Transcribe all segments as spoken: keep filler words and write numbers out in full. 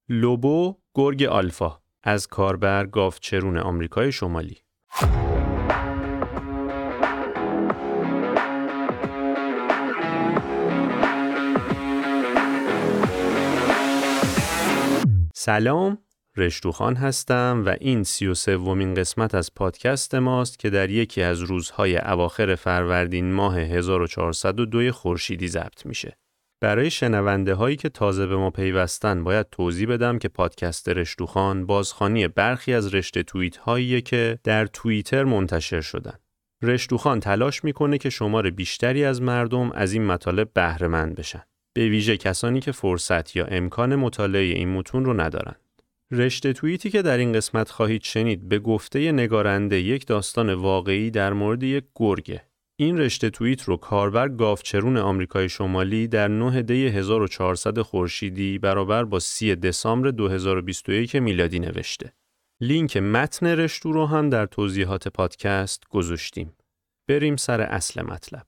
لوبو گرگ آلفا از کاربر گاوچرون آمریکای شمالی. سلام، رشتوخان هستم و این سی و سومین قسمت از پادکست ماست که در یکی از روزهای اواخر فروردین ماه هزار و چهارصد و دو خورشیدی ضبط میشه. برای شنونده هایی که تازه به ما پیوستن باید توضیح بدم که پادکست رشتوخان بازخوانی برخی از رشته توییت هاییه که در توییتر منتشر شدن. رشتوخان تلاش میکنه که شمار بیشتری از مردم از این مطالب بهره مند بشن، به ویژه کسانی که فرصت یا امکان مطالعه این متون رو ندارن. رشته توییتی که در این قسمت خواهید شنید به گفته نگارنده یک داستان واقعی در مورد یک گرگه. این رشته توییت رو کاربر گاوچرون آمریکای شمالی در نه دی هزار و چهارصد خورشیدی برابر با سی دسامبر دو هزار و بیست و یک میلادی نوشته. لینک متن رشتو رو هم در توضیحات پادکست گذاشتیم. بریم سر اصل مطلب.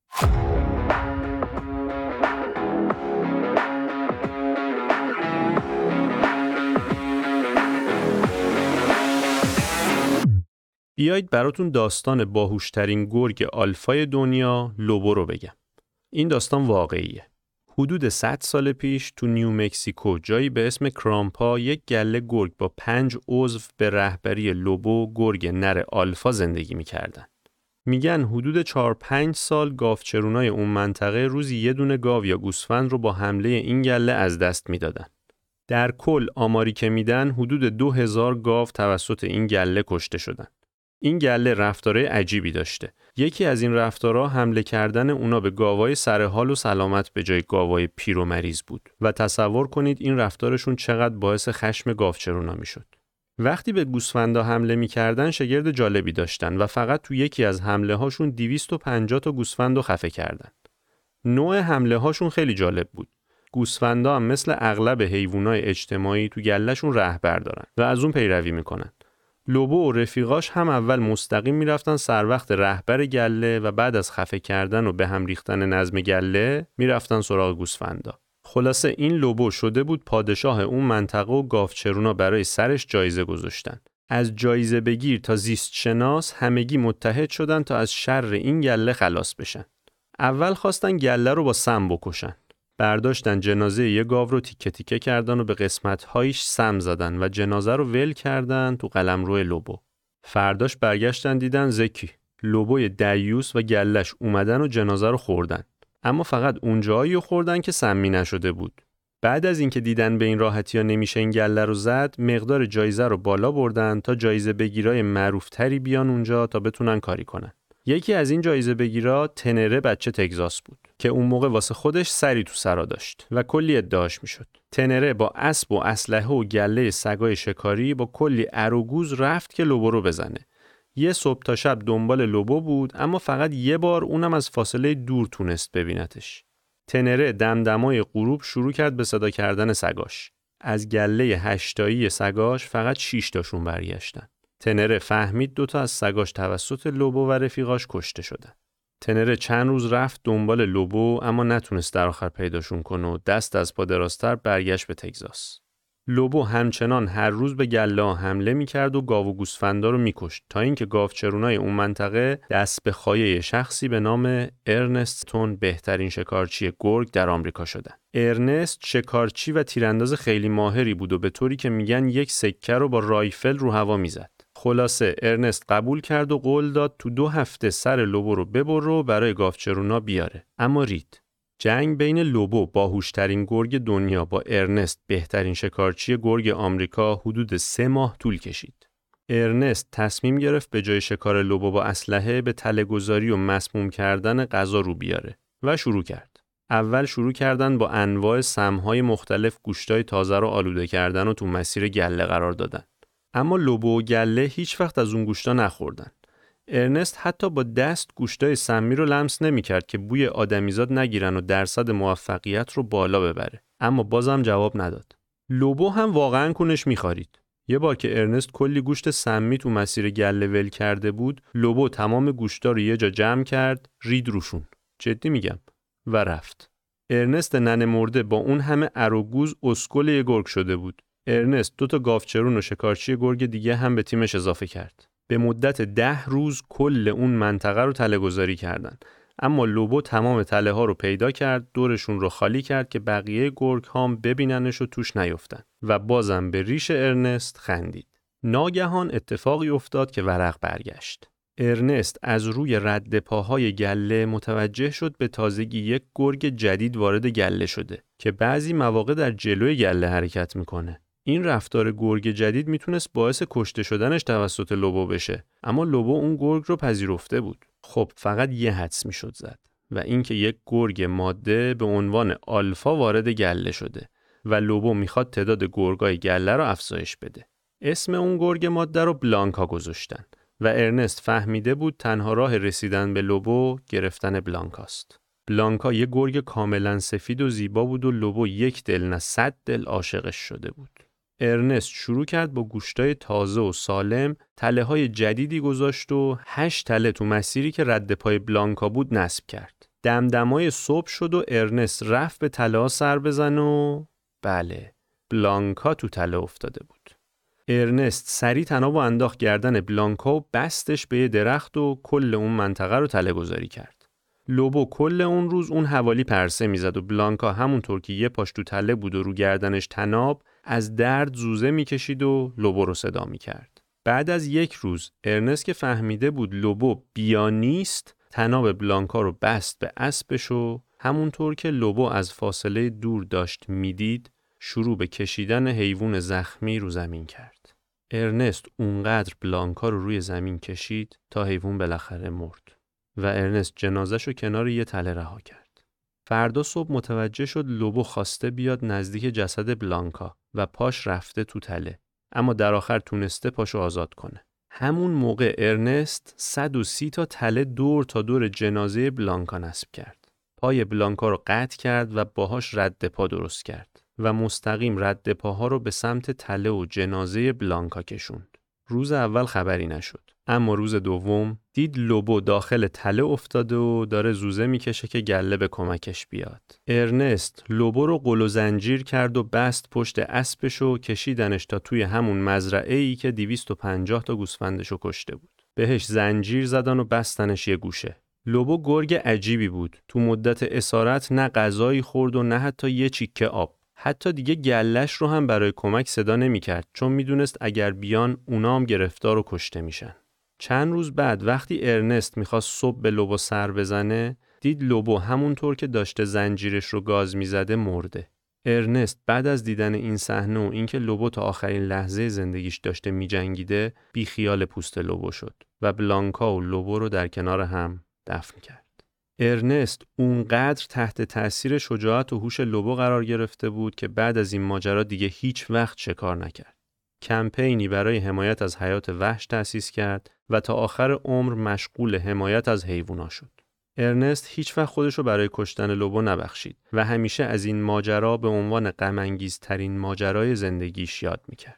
بیایید براتون داستان باهوشترین گرگ آلفای دنیا، لوبو رو بگم. این داستان واقعیه. حدود صد سال پیش تو نیومکزیکو جایی به اسم کرامپا یک گله گرگ با پنج عضو به رهبری لوبو گرگ نر آلفا زندگی می‌کردن. میگن حدود چهار پنج سال گاوچرونای اون منطقه روزی یه دونه گاو یا گوسفند رو با حمله این گله از دست میدادن. در کل آماری که میدن حدود دو هزار گاو توسط این گله کشته شدن. این گله رفتارهای عجیبی داشته. یکی از این رفتارها حمله کردن اونا به گاوای سر حال و سلامت به جای گاوای پیر و مریض بود و تصور کنید این رفتارشون چقدر باعث خشم گاوچرونا میشد. وقتی به گوسفندا حمله میکردن شگرد جالبی داشتن و فقط تو یکی از حمله هاشون دویست و پنجاه تا گوسفندو خفه کردن. نوع حمله هاشون خیلی جالب بود. گوسفندا هم مثل اغلب حیوانات اجتماعی تو گلهشون رهبر دارن و از اون پیروی میکنن. لوبو و رفیقاش هم اول مستقیم میرفتن سر وقت رهبر گله و بعد از خفه کردن و به هم ریختن نظم گله میرفتن سراغ گوسفندا. خلاصه این لوبو شده بود پادشاه اون منطقه و گاوچرونا برای سرش جایزه گذاشتن. از جایزه بگیر تا زیست شناس همگی متحد شدن تا از شر این گله خلاص بشن. اول خواستن گله رو با سم بکشن. برداشتن جنازه یه گاو رو تیکه تیکه کردن و به قسمت‌هایش سم زدن و جنازه رو ول کردن تو قلمرو لوبو. فرداش برگشتن دیدن زکی، لوبوی دیوس و گلش اومدن و جنازه رو خوردن. اما فقط اونجایی رو خوردن که سمی نشده بود. بعد از اینکه دیدن به این راحتی‌ها نمیشه این گله رو زد، مقدار جایزه رو بالا بردن تا جایزه بگیرای معروف‌تری بیان اونجا تا بتونن کاری کنن. یکی از این جایزه بگیرا تنره بچه تگزاس بود که اون موقع واسه خودش سری تو سرا داشت و کلی ادعاش میشد. تنره با اسب و اسلحه و گله سگای شکاری با کلی اروگوز رفت که لوبو رو بزنه. یه صبح تا شب دنبال لوبو بود اما فقط یه بار اونم از فاصله دور تونست ببینتش. تنره دمدمای غروب شروع کرد به صدا کردن سگاش. از گله هشتایی سگاش فقط شش تاشون برگشتن. تنره فهمید دوتا از سگاش توسط لوبو و رفیقاش کشته شدن. تنره چند روز رفت دنبال لوبو اما نتونست در آخر پیداشون کنه و دست از پا درازتر برگشت به تگزاس. لوبو همچنان هر روز به گله حمله میکرد و گاو و گوسفندا رو میکشت تا اینکه گاوچرونای اون منطقه دست به خایه شخصی به نام ارنست تون بهترین شکارچی گرگ در آمریکا شدن. ارنست شکارچی و تیرانداز خیلی ماهری بود و به طوری که میگن یک سکه رو با رایفل رو هوا میزد. خلاصه ارنست قبول کرد و قول داد تو دو هفته سر لوبو رو ببره و برای گاوچرونا بیاره. اما رید. جنگ بین لوبو باهوشترین گرگ دنیا با ارنست بهترین شکارچی گرگ آمریکا حدود سه ماه طول کشید. ارنست تصمیم گرفت به جای شکار لوبو با اسلحه به تله‌گذاری و مسموم کردن غذا رو بیاره و شروع کرد. اول شروع کردن با انواع سمهای مختلف گوشتای تازه رو آلوده کردن و تو مسیر گله قرار دادن. اما لوبو و گله هیچ وقت از اون گوشتا نخوردن. ارنست حتی با دست گوشتای سمی رو لمس نمی‌کرد که بوی آدمیزاد نگیرن و درصد موفقیت رو بالا ببره. اما بازم جواب نداد. لوبو هم واقعاً کونش می‌خارید. یه بار که ارنست کلی گوشت سمی تو مسیر گله ول کرده بود، لوبو تمام گوشتا رو یه جا جمع کرد، رید روشون. جدی میگم. و رفت. ارنست ننه مرده با اون همه اروگوز اسکل یه گرگ شده بود. ارنست دو تا گاوچرون و شکارچی گرگ دیگه هم به تیمش اضافه کرد. به مدت ده روز کل اون منطقه رو تله‌گذاری کردن. اما لوبو تمام تله ها رو پیدا کرد، دورشون رو خالی کرد که بقیه گرگ هم ببیننش و توش نیفتن و بازم به ریش ارنست خندید. ناگهان اتفاقی افتاد که ورق برگشت. ارنست از روی رد پاهای گله متوجه شد به تازگی یک گرگ جدید وارد گله شده که بعضی مواقع در جلوی گله حرکت میکنه. این رفتار گرگ جدید میتونست باعث کشته شدنش توسط لوبو بشه، اما لوبو اون گرگ رو پذیرفته بود. خب فقط یه حدس میشد زد و اینکه یک گرگ ماده به عنوان آلفا وارد گله شده و لوبو میخواد تعداد گرگای گله رو افزایش بده. اسم اون گرگ ماده رو بلانکا گذاشتن و ارنست فهمیده بود تنها راه رسیدن به لوبو گرفتن بلانکاست. بلانکا یه گرگ کاملا سفید و زیبا بود و لوبو یک دل نه صد دل عاشقش شده بود. ارنست شروع کرد با گوشتای تازه و سالم تله های جدیدی گذاشت و هشت تله تو مسیری که رد پای بلانکا بود نصب کرد. دمدمای صبح شد و ارنست رفت به تله ها سر بزن و بله، بلانکا تو تله افتاده بود. ارنست سری تنابو انداخت گردن بلانکا و بستش به یه درخت و کل اون منطقه رو تله گذاری کرد. لوبو کل اون روز اون حوالی پرسه میزد و بلانکا همونطور که یه پاش تو تله بود و رو گردنش تناب از درد زوزه میکشید و لوبو رو صدا میکرد. بعد از یک روز ارنست که فهمیده بود لوبو بیا نیست، تناب بلانکا رو بست به اسبش و همونطور که لوبو از فاصله دور داشت میدید شروع به کشیدن حیوان زخمی رو زمین کرد. ارنست اونقدر بلانکا رو روی زمین کشید تا حیوان بالاخره مرد و ارنست جنازه‌شو کنار یه تله رها کرد. فردا صبح متوجه شد لوبو خواسته بیاد نزدیک جسد بلانکا و پاش رفته تو تله، اما در آخر تونسته پاشو آزاد کنه. همون موقع ارنست صد و سی تا تله دور تا دور جنازه بلانکا نصب کرد. پای بلانکا رو قطع کرد و باهاش رد پا درست کرد و مستقیم رد پاها رو به سمت تله و جنازه بلانکا کشوند. روز اول خبری نشد، اما روز دوم دید لوبو داخل تله افتاده و داره زوزه میکشه که گله به کمکش بیاد. ارنست لوبو رو قل و زنجیر کرد و بست پشت اسبش و کشیدنش تا توی همون مزرعه‌ای که دویست و پنجاه تا گوسفندشو کشته بود. بهش زنجیر زدن و بستنش یه گوشه. لوبو گرگ عجیبی بود. تو مدت اسارت نه غذایی خورد و نه حتی یه چیکه آب. حتی دیگه گلش رو هم برای کمک صدا نمی کرد چون می دونست اگر بیان اونا هم گرفتار و کشته میشن. چند روز بعد وقتی ارنست میخواست صبح به لوبو سر بزنه دید لوبو همونطور که داشته زنجیرش رو گاز میزده مرده. ارنست بعد از دیدن این صحنه و اینکه لوبو تا آخرین لحظه زندگیش داشته میجنگیده بی خیال پوست لوبو شد و بلانکا و لوبو رو در کنار هم دفن کرد. ارنست اونقدر تحت تأثیر شجاعت و هوش لوبو قرار گرفته بود که بعد از این ماجرا دیگه هیچ وقت شکار نکرد. کمپینی برای حمایت از حیات وحش تأسیس کرد و تا آخر عمر مشغول حمایت از حیوونا شد. ارنست هیچ وقت خودش رو برای کشتن لوبو نبخشید و همیشه از این ماجرا به عنوان غم انگیزترین ماجرای زندگیش یاد میکرد.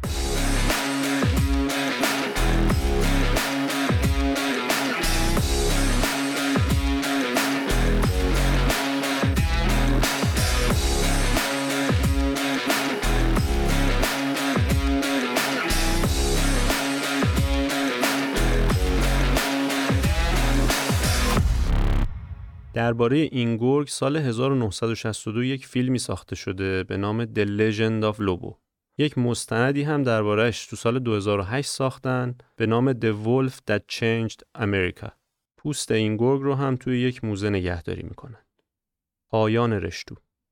درباره این گرگ سال هزار و نهصد و شصت و دو یک فیلمی ساخته شده به نام The Legend of Lobo. یک مستندی هم درباره‌اش تو سال دو هزار و هشت ساختن به نام The Wolf That Changed America. پوست این گرگ رو هم توی یک موزه نگهداری میکنن. پایان رشتو.